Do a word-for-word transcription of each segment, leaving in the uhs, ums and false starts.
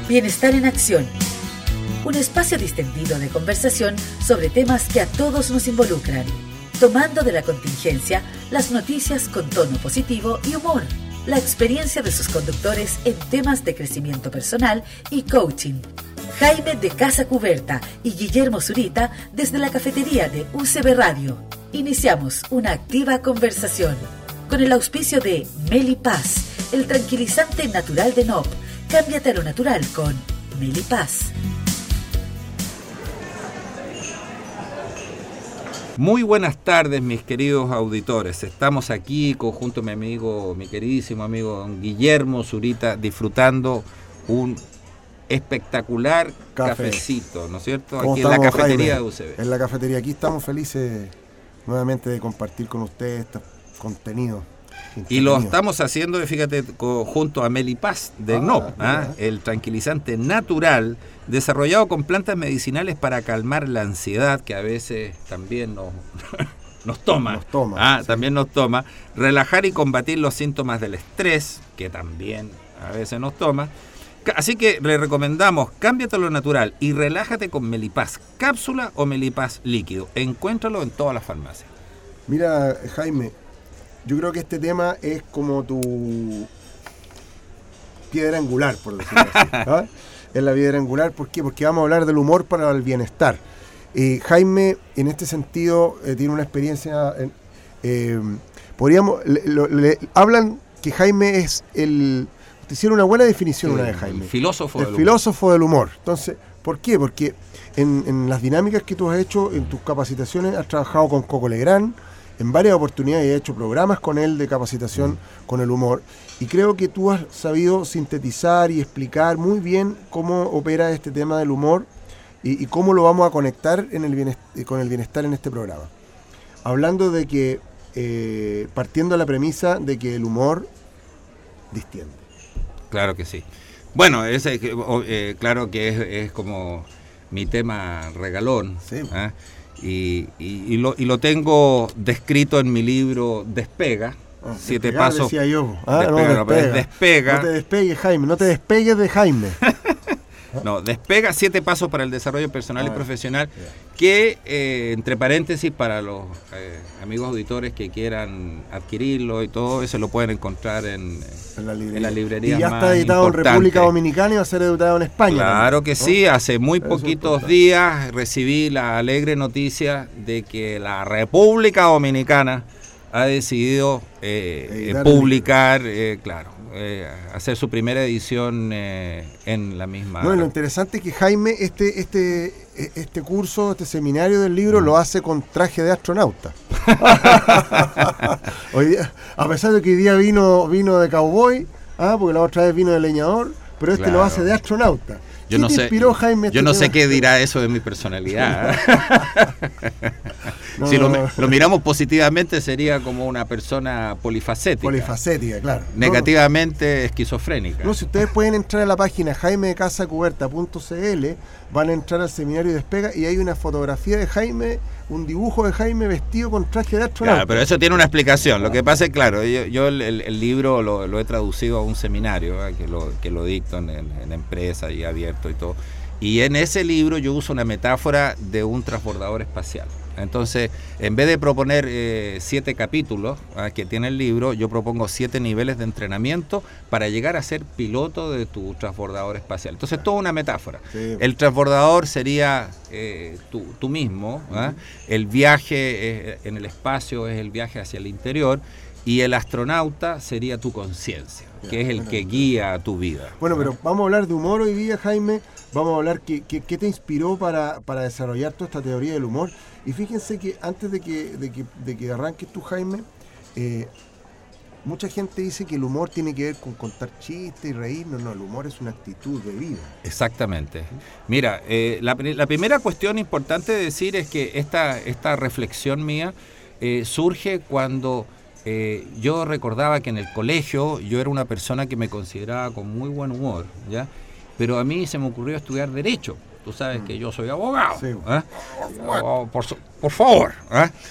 Bienestar en Acción. Un espacio distendido de conversación sobre temas que a todos nos involucran, tomando de la contingencia las noticias con tono positivo y humor. La experiencia de sus conductores en temas de crecimiento personal y coaching. Jaime de Casa Cuberta y Guillermo Zurita desde la cafetería de U C B Radio. Iniciamos una activa conversación con el auspicio de Melipaz, el tranquilizante natural de N O P. Cámbiate a lo natural con Melipaz. Muy buenas tardes, mis queridos auditores. Estamos aquí con, junto a mi amigo, mi queridísimo amigo don Guillermo Zurita, disfrutando un espectacular Café. cafecito, ¿no es cierto? Aquí en la cafetería, Jaime, de U C B. En la cafetería, aquí estamos felices nuevamente de compartir con ustedes estos contenidos. Y lo estamos haciendo, fíjate, junto a Melipaz de ah, N O P, ¿ah? el tranquilizante natural desarrollado con plantas medicinales para calmar la ansiedad que a veces también nos, nos toma, nos toma ¿ah? sí. también nos toma, relajar y combatir los síntomas del estrés, que también a veces nos toma. Así que le recomendamos, cámbiate a lo natural y relájate con Melipaz cápsula o Melipaz líquido. Encuéntralo en todas las farmacias. Mira, Jaime, yo creo que este tema es como tu piedra angular, por decirlo así. ¿Ah? Es la piedra angular, ¿por qué? Porque vamos a hablar del humor para el bienestar. Eh, Jaime, en este sentido, eh, tiene una experiencia... Eh, eh, podríamos le, le, le, hablan que Jaime es el... Te hicieron una buena definición sí, una vez, Jaime. El filósofo el del filósofo humor. del humor. Entonces, ¿por qué? Porque en, en las dinámicas que tú has hecho, en tus capacitaciones, has trabajado con Coco Legrand, en varias oportunidades he hecho programas con él de capacitación mm. con el humor, y creo que tú has sabido sintetizar y explicar muy bien cómo opera este tema del humor y, y cómo lo vamos a conectar en el bienestar, con el bienestar en este programa. Hablando de que, eh, partiendo de la premisa de que el humor distiende. Claro que sí. Bueno, ese, eh, claro que es, es como mi tema regalón. Sí. ¿eh? Y, y, y, lo, y lo tengo descrito en mi libro Despega, ah, siete despegar, pasos. Decía yo. Ah, despega, no, no, despega. despega. No te despegues, Jaime, no te despegues de Jaime. No, Despega, siete pasos para el desarrollo personal ah, y profesional, yeah. que, eh, entre paréntesis, para los eh, amigos auditores que quieran adquirirlo y todo eso, lo pueden encontrar en, en la librería. En la librería y ya más está editado importante. En República Dominicana y va a ser editado en España. Claro también, que ¿no? sí, hace muy eso poquitos días recibí la alegre noticia de que la República Dominicana ha decidido eh, eh, publicar, eh, claro, eh, hacer su primera edición eh, en la misma... No, lo interesante es que Jaime, este este este curso, este seminario del libro, mm. lo hace con traje de astronauta. Hoy día, a pesar de que hoy día vino, vino de cowboy, ah, porque la otra vez vino de leñador, pero este claro. lo hace de astronauta. Yo ¿Qué no te sé, inspiró, Jaime? Yo este no tema? sé qué dirá eso de mi personalidad. no, si lo, no. lo miramos positivamente, sería como una persona polifacética. Polifacética, claro. Negativamente, no. esquizofrénica. No, si ustedes pueden entrar a la página jaime de casa cuberta punto c l, van a entrar al seminario Despega y hay una fotografía de Jaime, un dibujo de Jaime vestido con traje de astronauta. Claro, pero eso tiene una explicación. Lo que pasa es, claro, yo, yo el, el libro lo, lo he traducido a un seminario, ¿eh? que, lo, que lo dicto en, en, en empresa y abierto y todo. Y en ese libro yo uso una metáfora de un transbordador espacial. Entonces, en vez de proponer eh, siete capítulos ¿eh? que tiene el libro, yo propongo siete niveles de entrenamiento para llegar a ser piloto de tu transbordador espacial. Entonces, toda una metáfora. Sí. El transbordador sería eh, tú, tú mismo. ¿eh? Uh-huh. El viaje eh, en el espacio es el viaje hacia el interior. Y el astronauta sería tu conciencia, que es el que guía tu vida. Bueno, pero vamos a hablar de humor hoy día, Jaime. Vamos a hablar qué, qué, qué te inspiró para, para desarrollar toda esta teoría del humor. Y fíjense que antes de que, de que, de que arranques tú, Jaime, eh, mucha gente dice que el humor tiene que ver con contar chistes y reírnos. No, el humor es una actitud de vida. Exactamente. Mira, eh, la, la primera cuestión importante de decir es que esta, esta reflexión mía eh, surge cuando... Eh, yo recordaba que en el colegio yo era una persona que me consideraba con muy buen humor, ¿ya? Pero a mí se me ocurrió estudiar Derecho. Tú sabes mm. que yo soy abogado, sí. ¿eh? abogado por, por favor. ¿eh?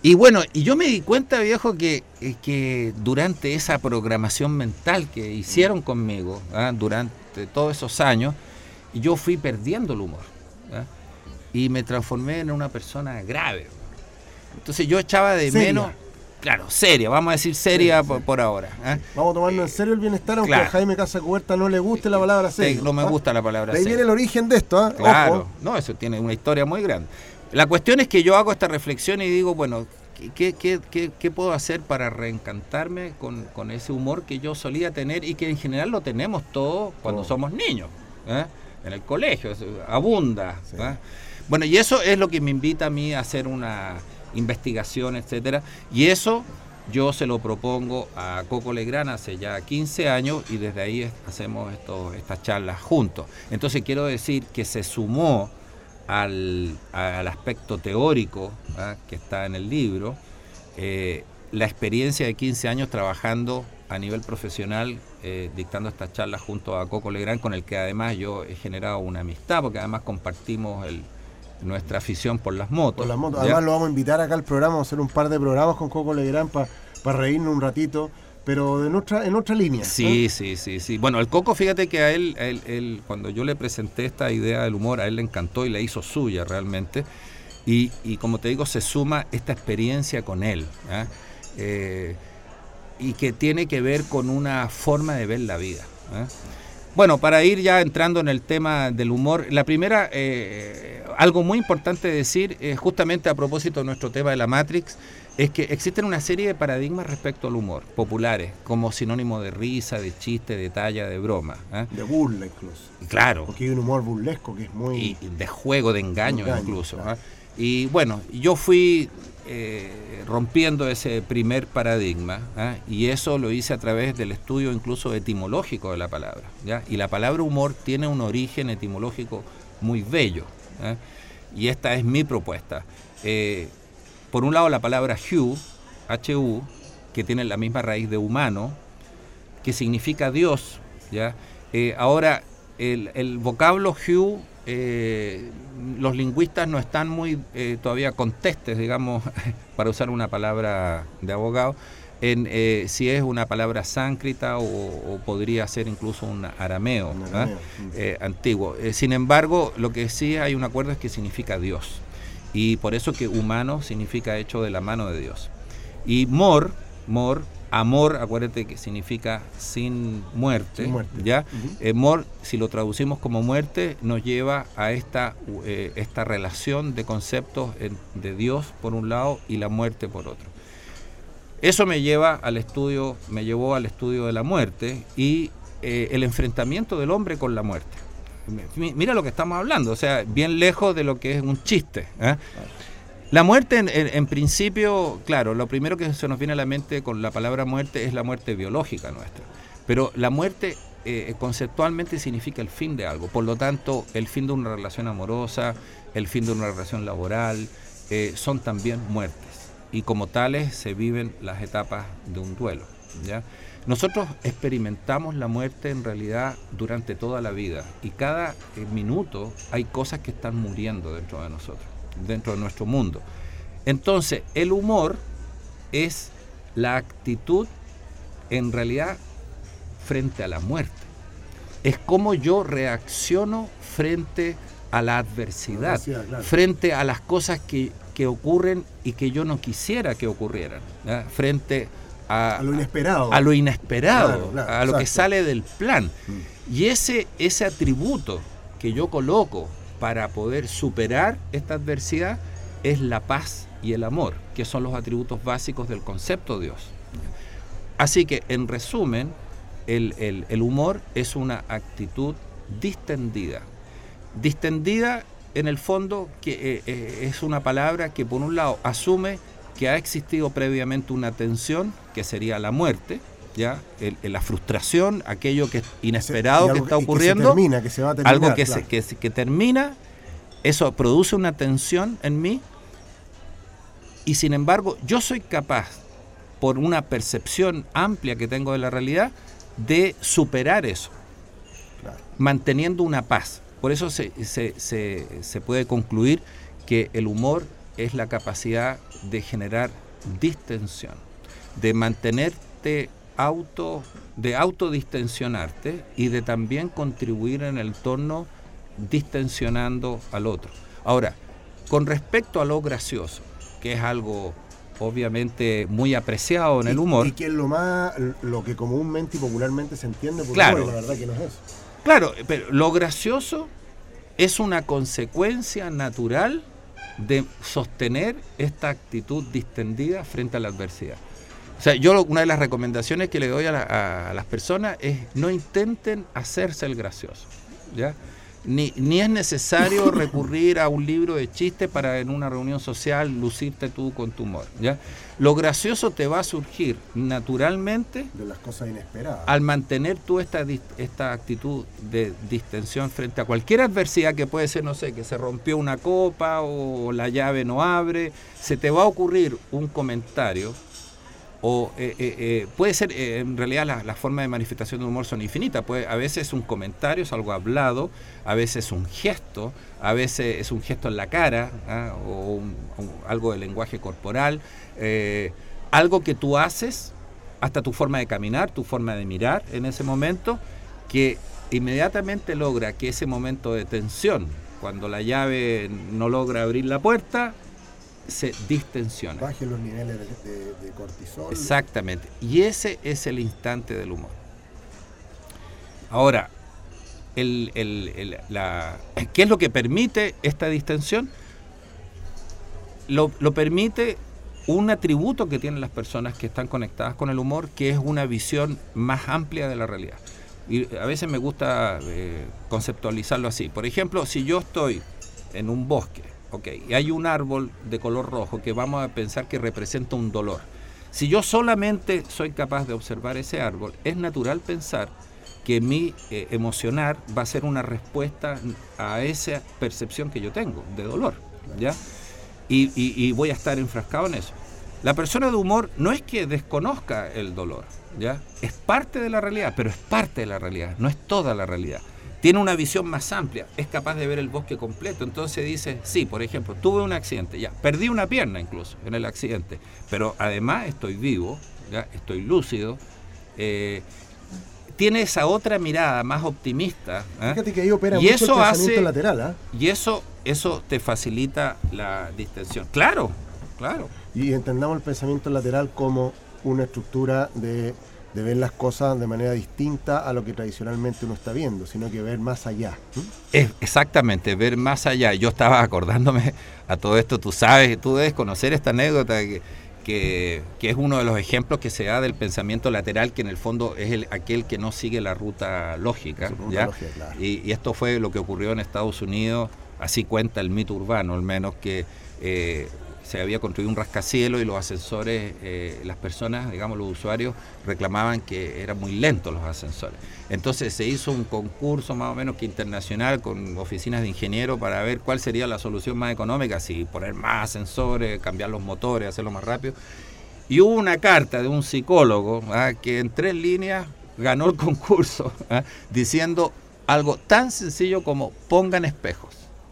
Y bueno, y yo me di cuenta, viejo, que, que durante esa programación mental que hicieron conmigo, ¿eh? durante todos esos años, yo fui perdiendo el humor. ¿eh? Y me transformé en una persona grave. Entonces yo echaba de Seria. menos... Claro, seria, vamos a decir seria sí, por, por ahora. ¿eh? Vamos a tomarnos en serio el bienestar, aunque claro. a Jaime Casacuberta no le guste la palabra seria. No me ¿ah? gusta la palabra seria. De ahí seria. viene el origen de esto, ¿eh? Claro, Ojo. no, eso tiene una historia muy grande. La cuestión es que yo hago esta reflexión y digo, bueno, ¿qué, qué, qué, qué puedo hacer para reencantarme con, con ese humor que yo solía tener y que en general lo tenemos todos cuando oh. somos niños? ¿eh? En el colegio, abunda. Sí. ¿eh? Bueno, y eso es lo que me invita a mí a hacer una investigación, etcétera, y eso yo se lo propongo a Coco Legrand hace ya quince años y desde ahí hacemos estos, estas charlas juntos. Entonces quiero decir que se sumó al, al aspecto teórico ¿eh? que está en el libro, eh, la experiencia de quince años trabajando a nivel profesional, eh, dictando estas charlas junto a Coco Legrand, con el que además yo he generado una amistad, porque además compartimos el nuestra afición por las motos. Por las motos. Además lo vamos a invitar acá al programa, vamos a hacer un par de programas con Coco Legrand para pa reírnos un ratito, pero en otra, en otra línea. Sí, ¿eh? sí, sí, sí. Bueno, el Coco, fíjate que a él, a él, él, cuando yo le presenté esta idea del humor, a él le encantó y la hizo suya realmente. Y, y como te digo, se suma esta experiencia con él, ¿eh? Eh, y que tiene que ver con una forma de ver la vida. ¿eh? Bueno, para ir ya entrando en el tema del humor, la primera, eh, algo muy importante decir, eh, justamente a propósito de nuestro tema de la Matrix, es que existen una serie de paradigmas respecto al humor, populares, como sinónimo de risa, de chiste, de talla, de broma. ¿eh? De burla incluso. Claro. Porque hay un humor burlesco que es muy... Y de juego, de engaño, engaño incluso. Claro. ¿eh? Y bueno, yo fui eh, rompiendo ese primer paradigma, ¿eh? y eso lo hice a través del estudio incluso etimológico de la palabra, ¿ya? Y la palabra humor tiene un origen etimológico muy bello, ¿eh? y esta es mi propuesta. Eh, por un lado la palabra Hu, H U, que tiene la misma raíz de humano, que significa Dios, ¿ya? Eh, ahora, el, el vocablo Hu, eh, los lingüistas no están muy eh, todavía contestes, digamos, para usar una palabra de abogado, en eh, si es una palabra sánscrita o, o podría ser incluso un arameo, un arameo. ¿eh? Eh, antiguo. Eh, sin embargo, lo que sí hay un acuerdo es que significa Dios. Y por eso que humano significa hecho de la mano de Dios. Y mor, mor, amor, acuérdate que significa sin muerte, sin muerte. ¿ya? Uh-huh. Eh, mor, si lo traducimos como muerte, nos lleva a esta, eh, esta relación de conceptos en, de Dios por un lado y la muerte por otro. Eso me lleva al estudio, me llevó al estudio de la muerte y eh, el enfrentamiento del hombre con la muerte. Mira lo que estamos hablando, o sea, bien lejos de lo que es un chiste. ¿eh? La muerte, en, en, en principio, claro, lo primero que se nos viene a la mente con la palabra muerte es la muerte biológica nuestra. Pero la muerte eh, conceptualmente significa el fin de algo. Por lo tanto, el fin de una relación amorosa, el fin de una relación laboral, eh, son también muertes. Y como tales se viven las etapas de un duelo, ¿ya? Nosotros experimentamos la muerte en realidad durante toda la vida y cada eh, minuto hay cosas que están muriendo dentro de nosotros, dentro de nuestro mundo. Entonces, el humor es la actitud en realidad frente a la muerte. Es como yo reacciono frente a la adversidad, adversidad claro. frente a las cosas que, que ocurren y que yo no quisiera que ocurrieran, ¿ya? frente a A, a lo inesperado, a lo inesperado, claro, claro, a lo exacto. que sale del plan. Mm. Y ese, ese atributo que yo coloco para poder superar esta adversidad es la paz y el amor, que son los atributos básicos del concepto de Dios. Así que, en resumen, el, el, el humor es una actitud distendida. Distendida, en el fondo, que eh, es una palabra que, por un lado, asume que ha existido previamente una tensión, que sería la muerte, ya el, el, la frustración, aquello que es inesperado que está ocurriendo, que se termina, que se va a terminar, algo que, claro. se, que, que termina, eso produce una tensión en mí, y sin embargo yo soy capaz, por una percepción amplia que tengo de la realidad, de superar eso, claro. manteniendo una paz. Por eso se, se, se, se puede concluir que el humor es la capacidad de generar distensión, de mantenerte auto, de autodistensionarte y de también contribuir en el tono distensionando al otro. Ahora, con respecto a lo gracioso, que es algo obviamente muy apreciado en y, el humor. Y que es lo más, lo que comúnmente y popularmente se entiende por claro, humor, y la verdad que no es eso. Claro, pero lo gracioso es una consecuencia natural de sostener esta actitud distendida frente a la adversidad. O sea, yo una de las recomendaciones que le doy a, la, a las personas es no intenten hacerse el gracioso, ¿ya? Ni, ni es necesario recurrir a un libro de chistes para en una reunión social lucirte tú con tu humor, ¿ya? Lo gracioso te va a surgir naturalmente de las cosas inesperadas al mantener tú esta, esta actitud de distensión frente a cualquier adversidad que puede ser, no sé, que se rompió una copa o la llave no abre. Se te va a ocurrir un comentario o eh, eh, eh, puede ser, eh, en realidad las la formas de manifestación de humor son infinitas. Puede, a veces un comentario es algo hablado, a veces un gesto, a veces es un gesto en la cara, ¿eh? o un, un, algo de lenguaje corporal, eh, algo que tú haces, hasta tu forma de caminar, tu forma de mirar en ese momento, que inmediatamente logra que ese momento de tensión, cuando la llave no logra abrir la puerta, se distensiona. Bajen los niveles de, de, de cortisol. Exactamente. Y ese es el instante del humor. Ahora, el, el, el, la, ¿qué es lo que permite esta distensión? Lo, lo permite un atributo que tienen las personas que están conectadas con el humor, que es una visión más amplia de la realidad. Y a veces me gusta eh, conceptualizarlo así. Por ejemplo, si yo estoy en un bosque, okay, y hay un árbol de color rojo que vamos a pensar que representa un dolor. Si yo solamente soy capaz de observar ese árbol, es natural pensar que mi eh, emocionar va a ser una respuesta a esa percepción que yo tengo de dolor, ¿ya? Y, y, y voy a estar enfrascado en eso. La persona de humor no es que desconozca el dolor, ¿ya? Es parte de la realidad, pero es parte de la realidad, no es toda la realidad. Tiene una visión más amplia, es capaz de ver el bosque completo. Entonces dice, sí, por ejemplo, tuve un accidente, ya, perdí una pierna incluso en el accidente, pero además estoy vivo, ya, estoy lúcido. Eh, tiene esa otra mirada más optimista. ¿eh? Fíjate que ahí opera y mucho eso el pensamiento hace, lateral. ¿eh? Y eso, eso te facilita la distensión. Claro, claro. Y entendamos el pensamiento lateral como una estructura de... de ver las cosas de manera distinta a lo que tradicionalmente uno está viendo, sino que ver más allá. ¿Mm? Es exactamente, ver más allá. Yo estaba acordándome a todo esto, tú sabes, tú debes conocer esta anécdota que, que, que es uno de los ejemplos que se da del pensamiento lateral, que en el fondo es el, aquel que no sigue la ruta lógica. Ruta ¿ya? lógica, claro. y, y esto fue lo que ocurrió en Estados Unidos, así cuenta el mito urbano, al menos que... Eh, se había construido un rascacielos y los ascensores, eh, las personas, digamos los usuarios, reclamaban que eran muy lentos los ascensores. Entonces se hizo un concurso más o menos que internacional con oficinas de ingenieros para ver cuál sería la solución más económica, si poner más ascensores, cambiar los motores, hacerlo más rápido. Y hubo una carta de un psicólogo ¿ah? que en tres líneas ganó el concurso, ¿ah? diciendo algo tan sencillo como pongan espejos.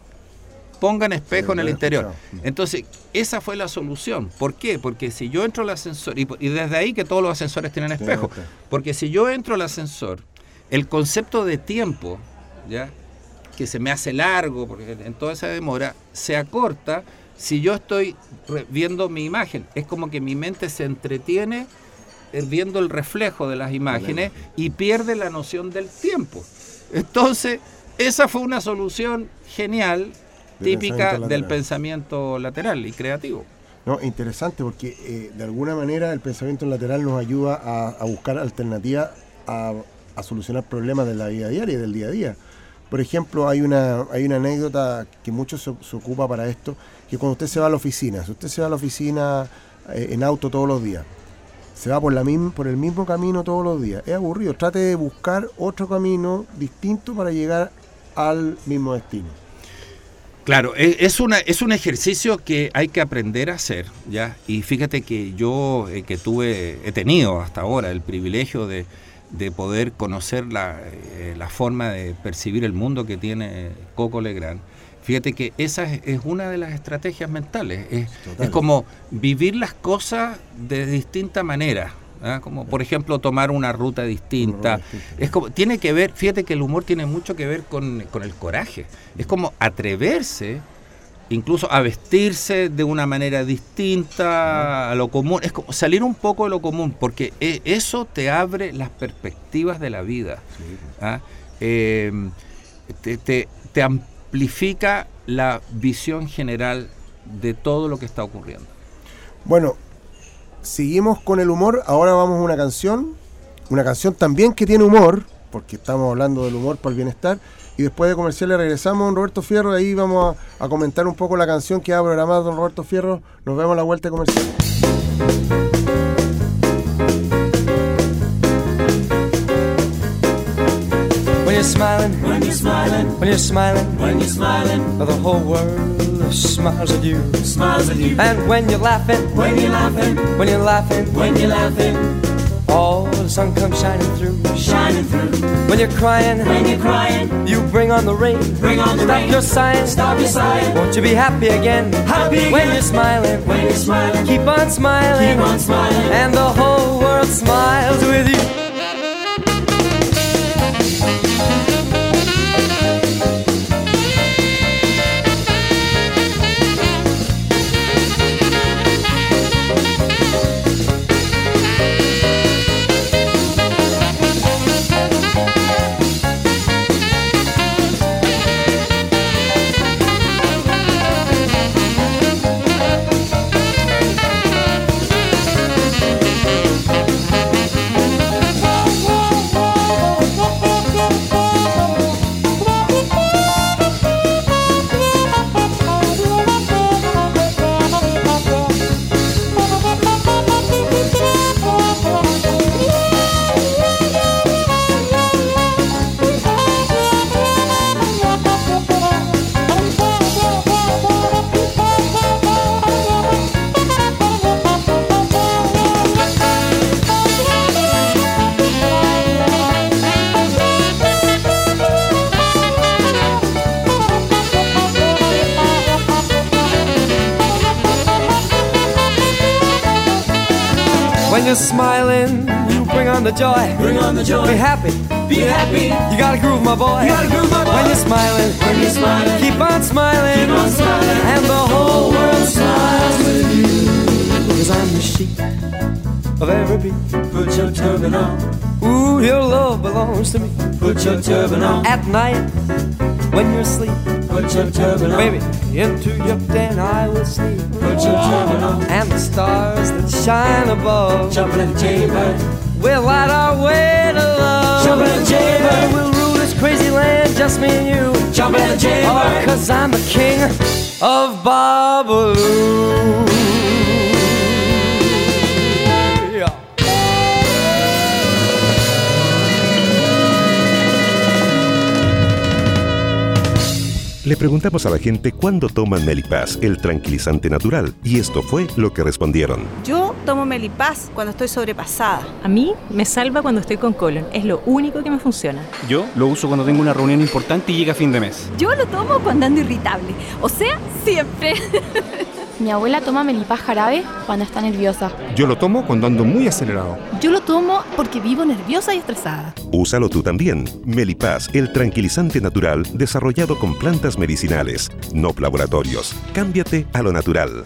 Pongan espejo en el interior. Entonces, esa fue la solución. ¿Por qué? Porque si yo entro al ascensor, y, y desde ahí que todos los ascensores tienen espejo, porque si yo entro al ascensor, el concepto de tiempo, ¿ya? que se me hace largo, porque en toda esa demora, se acorta si yo estoy viendo mi imagen. Es como que mi mente se entretiene viendo el reflejo de las imágenes y pierde la noción del tiempo. Entonces, esa fue una solución genial, típica pensamiento del pensamiento lateral y creativo. No, interesante porque eh, de alguna manera el pensamiento lateral nos ayuda a, a buscar alternativas a, a solucionar problemas de la vida diaria y del día a día. Por ejemplo, hay una hay una anécdota que mucho se, se ocupa para esto, que cuando usted se va a la oficina, si usted se va a la oficina eh, en auto todos los días, se va por, la misma, por el mismo camino todos los días, es aburrido, trate de buscar otro camino distinto para llegar al mismo destino. Claro, es una es un ejercicio que hay que aprender a hacer, ¿ya? Y fíjate que yo eh, que tuve he tenido hasta ahora el privilegio de, de poder conocer la, eh, la forma de percibir el mundo que tiene Coco Legrand, Fíjate que esa es, es una de las estrategias mentales. Es, es como vivir las cosas de distinta manera. ¿Ah? Como por ejemplo tomar una ruta distinta. Es como, tiene que ver, fíjate que el humor tiene mucho que ver con, con el coraje. Es como atreverse, incluso a vestirse de una manera distinta a lo común. Es como salir un poco de lo común, porque eso te abre las perspectivas de la vida. ¿Ah? Eh, te, te, te amplifica la visión general de todo lo que está ocurriendo. Bueno, seguimos con el humor. Ahora vamos a una canción, una canción también que tiene humor, porque estamos hablando del humor para el bienestar. Y después de comerciales regresamos, don Roberto Fierro, y ahí vamos a, a comentar un poco la canción que ha programado don Roberto Fierro. Nos vemos a la vuelta de comercial. When you're smiling, when you're smiling, when you're smiling, when you're smiling, the whole world smiles at you, smiles at you. And when you're laughing, when you're laughing, when you're laughing, when you're laughing, all the sun comes shining through, shining through. When you're crying, when you're crying, you bring on the rain, bring on the rain. Stop your sighing, stop your sighing. Won't you be happy again, happy again? When you're smiling, when you're smiling, keep on smiling, keep on smiling, and the whole world smiles with you. When you're smiling, you bring on the joy. Bring on the joy. Be happy. Be happy. You gotta groove, my boy. You gotta groove, my boy. When you're smiling, when you're smiling, keep on smiling. Keep on smiling. And the whole world smiles with you. Cause I'm the sheep of every beat. Put your turban on. Ooh, your love belongs to me. Put your turban on. At night, when you're asleep, put your turban on. Baby, into your den I will sleep. Put your turban on. And the stars that shine above, jumping like a jaybird, we'll light our way to love. Jumping like a jaybird, we'll rule this crazy land, just me and you. Jumping like a jaybird, oh, cause I'm the king of Babalu. Le preguntamos a la gente cuándo toman Melipaz, el tranquilizante natural, y esto fue lo que respondieron. Yo tomo Melipaz cuando estoy sobrepasada. A mí me salva cuando estoy con colon, es lo único que me funciona. Yo lo uso cuando tengo una reunión importante y llega fin de mes. Yo lo tomo cuando ando irritable, o sea, siempre. Mi abuela toma Melipaz jarabe cuando está nerviosa. Yo lo tomo cuando ando muy acelerado. Yo lo tomo porque vivo nerviosa y estresada. Úsalo tú también. Melipaz, el tranquilizante natural desarrollado con plantas medicinales, no laboratorios. Cámbiate a lo natural.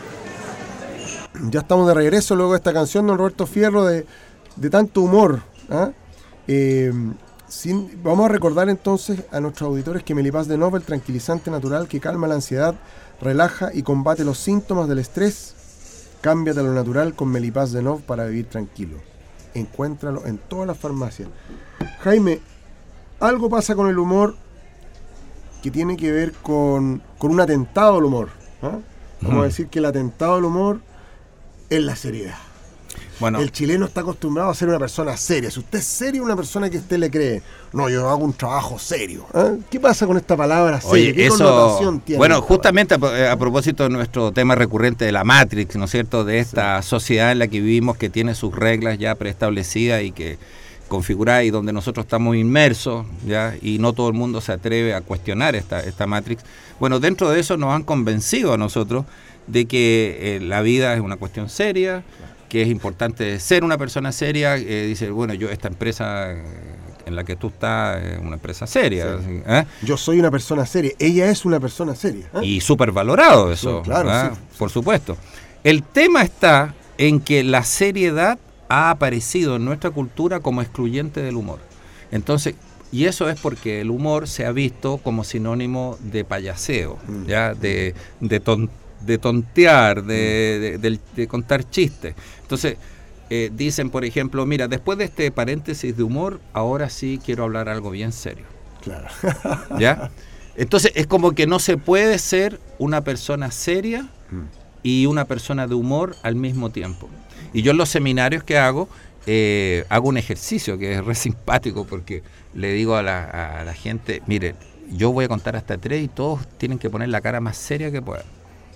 Ya estamos de regreso luego de esta canción, don Roberto Fierro, de, de tanto humor. ¿Ah? Eh, sin, vamos a recordar entonces a nuestros auditores que Melipaz de Nova, el tranquilizante natural que calma la ansiedad, relaja y combate los síntomas del estrés. Cámbiate a lo natural con Melipaz de Nov para vivir tranquilo. Encuéntralo en todas las farmacias. Jaime, algo pasa con el humor que tiene que ver con, con un atentado al humor. ¿Ah? Vamos uh-huh. a decir que el atentado al humor es la seriedad. Bueno, el chileno está acostumbrado a ser una persona seria. Si usted es serio, una persona que usted le cree. No, yo hago un trabajo serio. ¿Eh? ¿Qué pasa con esta palabra seria? Oye, ¿Qué eso, connotación tiene? Bueno, justamente a, a propósito de nuestro tema recurrente de la Matrix, ¿no es cierto? De esta sí. sociedad en la que vivimos, que tiene sus reglas ya preestablecidas y que configurada y donde nosotros estamos inmersos, ¿ya? Y no todo el mundo se atreve a cuestionar esta, esta Matrix. Bueno, dentro de eso nos han convencido a nosotros de que eh, la vida es una cuestión seria, que es importante ser una persona seria. Eh, dice, bueno, yo esta empresa eh, en la que tú estás es una empresa seria. Sí. Así, ¿eh? Yo soy una persona seria, ella es una persona seria. ¿eh? Y súper valorado eso, sí, claro, ¿eh? sí. Por supuesto. El tema está en que la seriedad ha aparecido en nuestra cultura como excluyente del humor. Entonces, y eso es porque el humor se ha visto como sinónimo de payaseo, mm. ¿ya? De, de, ton, de tontear, de, de, de, de contar chistes. Entonces, eh, dicen, por ejemplo, mira, después de este paréntesis de humor, ahora sí quiero hablar algo bien serio. Claro. ¿Ya? Entonces, es como que no se puede ser una persona seria mm. y una persona de humor al mismo tiempo. Y yo en los seminarios que hago, eh, hago un ejercicio que es re simpático porque le digo a la, a la gente, mire, yo voy a contar hasta tres y todos tienen que poner la cara más seria que puedan.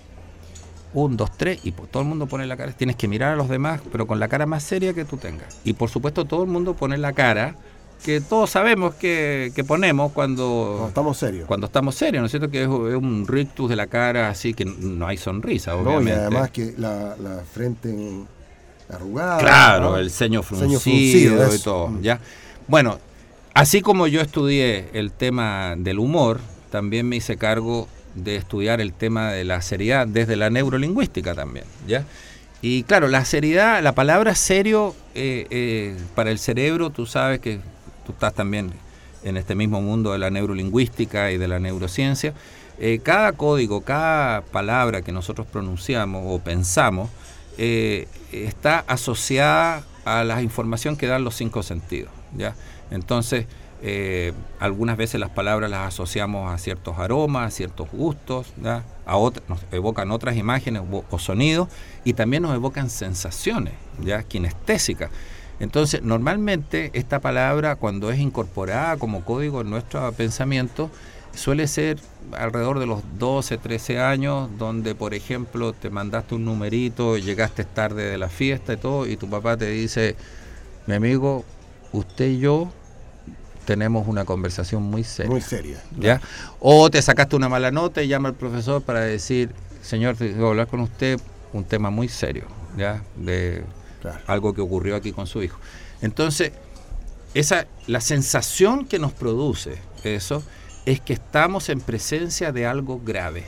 Un, dos, tres, y todo el mundo pone la cara. Tienes que mirar a los demás, pero con la cara más seria que tú tengas. Y por supuesto todo el mundo pone la cara que todos sabemos que, que ponemos cuando, cuando estamos serios. Cuando estamos serios, ¿no es cierto? Que es, es un rictus de la cara, así que no hay sonrisa, obviamente. No, y además que la, la frente arrugada. Claro, ¿no? el ceño fruncido, ceño fruncido y todo, ¿ya? Bueno, así como yo estudié el tema del humor, también me hice cargo de estudiar el tema de la seriedad desde la neurolingüística también, ¿ya? Y claro, la seriedad, la palabra serio eh, eh, para el cerebro, tú sabes que tú estás también en este mismo mundo de la neurolingüística y de la neurociencia. Eh, cada código, cada palabra que nosotros pronunciamos o pensamos eh, está asociada a la información que dan los cinco sentidos, ¿ya? Entonces, eh, algunas veces las palabras las asociamos a ciertos aromas, a ciertos gustos, ¿ya? A otras, nos evocan otras imágenes o, o sonidos, y también nos evocan sensaciones, ya kinestésicas. Entonces, normalmente esta palabra, cuando es incorporada como código en nuestro pensamiento, suele ser alrededor de los doce, trece años, donde, por ejemplo, te mandaste un numerito, llegaste tarde de la fiesta y todo, y tu papá te dice, mi amigo, usted y yo tenemos una conversación muy seria. Muy seria. ¿Ya? O te sacaste una mala nota y llama al profesor para decir, señor, tengo que hablar con usted un tema muy serio, ¿ya? De claro. algo que ocurrió aquí con su hijo. Entonces, esa, la sensación que nos produce eso es que estamos en presencia de algo grave,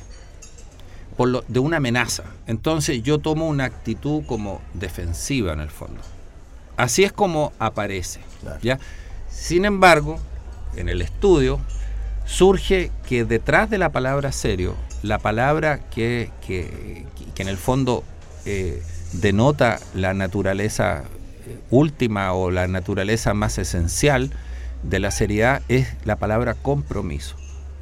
por lo, de una amenaza. Entonces yo tomo una actitud como defensiva en el fondo. Así es como aparece, claro. ¿ya? Sin embargo, en el estudio surge que detrás de la palabra serio, la palabra que, que, que en el fondo eh, denota la naturaleza última o la naturaleza más esencial de la seriedad es la palabra compromiso.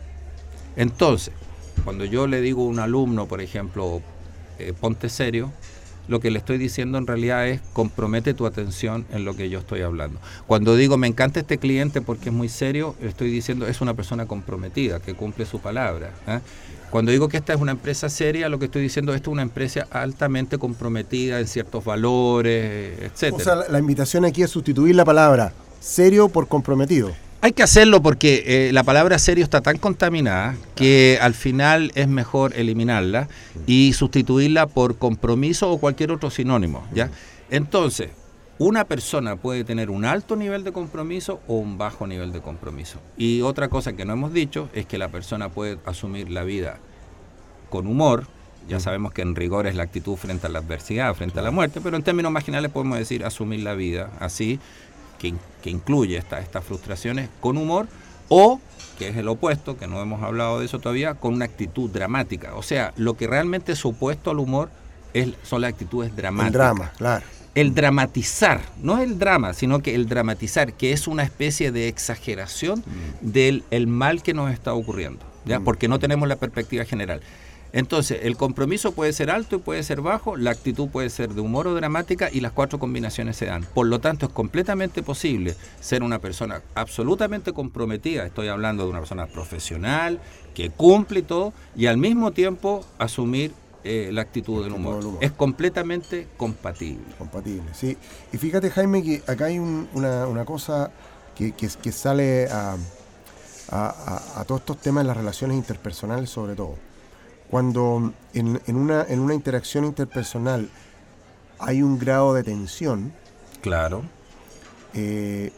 Entonces, cuando yo le digo a un alumno, por ejemplo, eh, ponte serio, lo que le estoy diciendo en realidad es compromete tu atención en lo que yo estoy hablando. Cuando digo me encanta este cliente porque es muy serio, estoy diciendo es una persona comprometida, que cumple su palabra, ¿eh? Cuando digo que esta es una empresa seria, lo que estoy diciendo es que esta es una empresa altamente comprometida en ciertos valores, etcétera. O sea, la, la invitación aquí es sustituir la palabra serio por comprometido. Hay que hacerlo porque eh, la palabra serio está tan contaminada que al final es mejor eliminarla y sustituirla por compromiso o cualquier otro sinónimo, ¿ya? Entonces, una persona puede tener un alto nivel de compromiso o un bajo nivel de compromiso. Y otra cosa que no hemos dicho es que la persona puede asumir la vida con humor. Ya sabemos que en rigor es la actitud frente a la adversidad, frente a la muerte, pero en términos marginales podemos decir asumir la vida así, que, que incluye esta, estas frustraciones con humor, o, que es el opuesto, que no hemos hablado de eso todavía, con una actitud dramática. O sea, lo que realmente es opuesto al humor es, son las actitudes dramáticas. El drama, claro. El dramatizar, no es el drama, sino que el dramatizar, que es una especie de exageración mm. del el mal que nos está ocurriendo, ¿ya? Mm. Porque no tenemos la perspectiva general. Entonces, el compromiso puede ser alto y puede ser bajo, la actitud puede ser de humor o dramática y las cuatro combinaciones se dan. Por lo tanto, es completamente posible ser una persona absolutamente comprometida, estoy hablando de una persona profesional, que cumple y todo, y al mismo tiempo asumir eh, la actitud del humor. humor. Es completamente compatible. Compatible, sí. Y fíjate, Jaime, que acá hay un, una, una cosa que, que, que sale a, a, a, a todos estos temas en las relaciones interpersonales, sobre todo. Cuando en, en, una, en una interacción interpersonal hay un grado de tensión, claro, eh,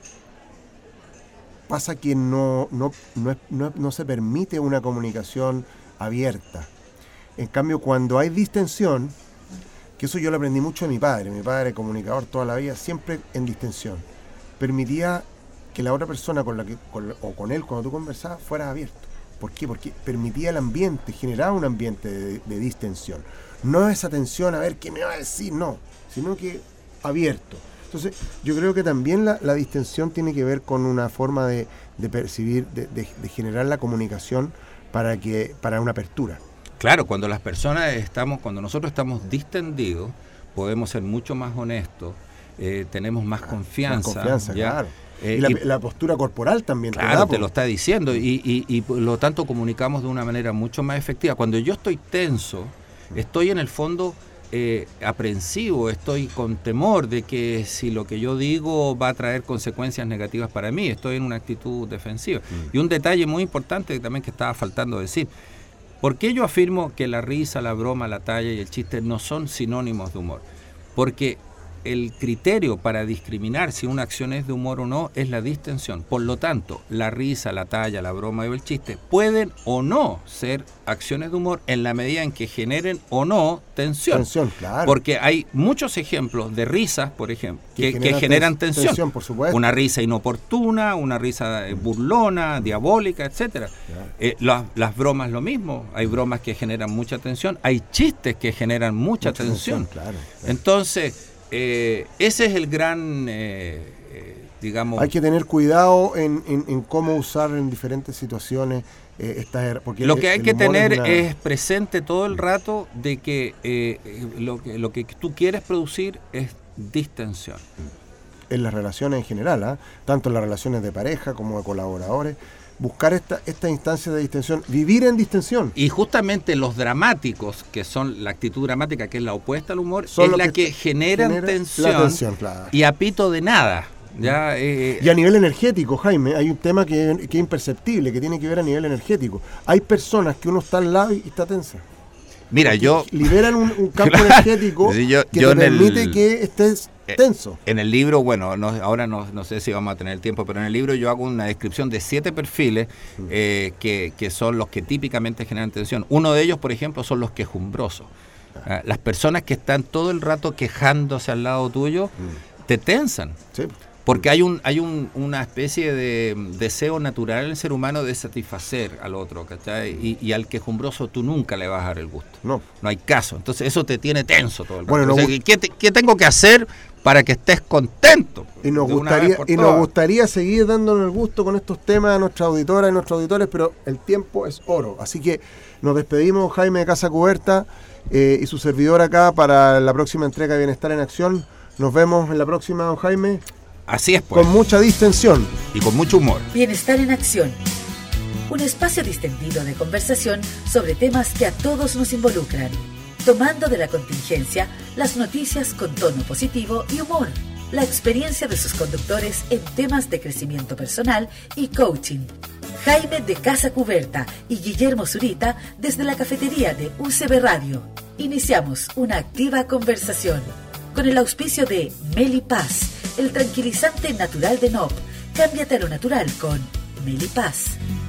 pasa que no, no, no, no, no se permite una comunicación abierta. En cambio, cuando hay distensión, que eso yo lo aprendí mucho de mi padre, mi padre comunicador toda la vida, siempre en distensión, permitía que la otra persona con la que con, o con él cuando tú conversabas fuera abierto. ¿Por qué? Porque permitía el ambiente, generaba un ambiente de, de distensión. No esa tensión a ver qué me va a decir, no, sino que abierto. Entonces, yo creo que también la, la distensión tiene que ver con una forma de, de percibir, de, de, de generar la comunicación para que para una apertura. Claro, cuando las personas estamos, cuando nosotros estamos distendidos, podemos ser mucho más honestos, eh, tenemos más confianza. Más confianza, ¿ya? Claro. Eh, y, la, y la postura corporal también. Claro, te, da, te lo está diciendo y, y, y por lo tanto comunicamos de una manera mucho más efectiva. Cuando yo estoy tenso, estoy en el fondo eh, aprensivo, estoy con temor de que si lo que yo digo va a traer consecuencias negativas para mí, estoy en una actitud defensiva. Mm. Y un detalle muy importante también que estaba faltando decir, ¿por qué yo afirmo que la risa, la broma, la talla y el chiste no son sinónimos de humor? Porque el criterio para discriminar si una acción es de humor o no es la distensión. Por lo tanto, la risa, la talla, la broma y el chiste pueden o no ser acciones de humor en la medida en que generen o no tensión. Tensión, claro. Porque hay muchos ejemplos de risas, por ejemplo, que, que, genera que generan ten- tensión. tensión, por supuesto. Una risa inoportuna, una risa eh, burlona, diabólica, etcétera. Claro. Eh, la, las bromas lo mismo. Hay bromas que generan mucha tensión. Hay chistes que generan mucha, mucha tensión. tensión claro, claro. Entonces, Eh, ese es el gran, eh, eh, digamos... Hay que tener cuidado en, en, en cómo usar en diferentes situaciones eh, estas... Porque lo que hay que tener es, una... es presente todo el rato de que, eh, lo que lo que tú quieres producir es distensión. En las relaciones en general, ¿eh? Tanto en las relaciones de pareja como de colaboradores, buscar esta, esta instancia de distensión, vivir en distensión. Y justamente los dramáticos, que son la actitud dramática, que es la opuesta al humor, son es la que, que generan genera tensión, tensión claro. Y a pito de nada. Ya, eh, y a nivel energético, Jaime, hay un tema que, que es imperceptible, que tiene que ver a nivel energético. Hay personas que uno está al lado y está tensa. Mira, yo... Liberan un, un campo claro, energético sí, yo, que yo te permite el, que estés tenso. En el libro, bueno, no, ahora no, no sé si vamos a tener el tiempo, pero en el libro yo hago una descripción de siete perfiles eh, que, que son los que típicamente generan tensión. Uno de ellos, por ejemplo, son los quejumbrosos. Ah, las personas que están todo el rato quejándose al lado tuyo, mm. te tensan. Sí. Porque hay un hay un, una especie de deseo natural en el ser humano de satisfacer al otro, ¿cachai? Y, y al quejumbroso tú nunca le vas a dar el gusto. No. No hay caso. Entonces eso te tiene tenso todo el rato. Bueno, o sea, no, ¿qué, te, ¿qué tengo que hacer para que estés contento? Y nos gustaría y nos gustaría seguir dándonos el gusto con estos temas a nuestra auditora y nuestros auditores, pero el tiempo es oro. Así que nos despedimos, Jaime de Casa Cuberta eh, y su servidor acá para la próxima entrega de Bienestar en Acción. Nos vemos en la próxima, don Jaime. Así es, pues. Con mucha distensión. Y con mucho humor. Bienestar en Acción. Un espacio distendido de conversación sobre temas que a todos nos involucran. Tomando de la contingencia las noticias con tono positivo y humor. La experiencia de sus conductores en temas de crecimiento personal y coaching. Jaime de Casa Cuberta y Guillermo Zurita desde la cafetería de U C B Radio. Iniciamos una activa conversación. Con el auspicio de Melipaz, el tranquilizante natural de N O P. Cámbiate a lo natural con Melipaz.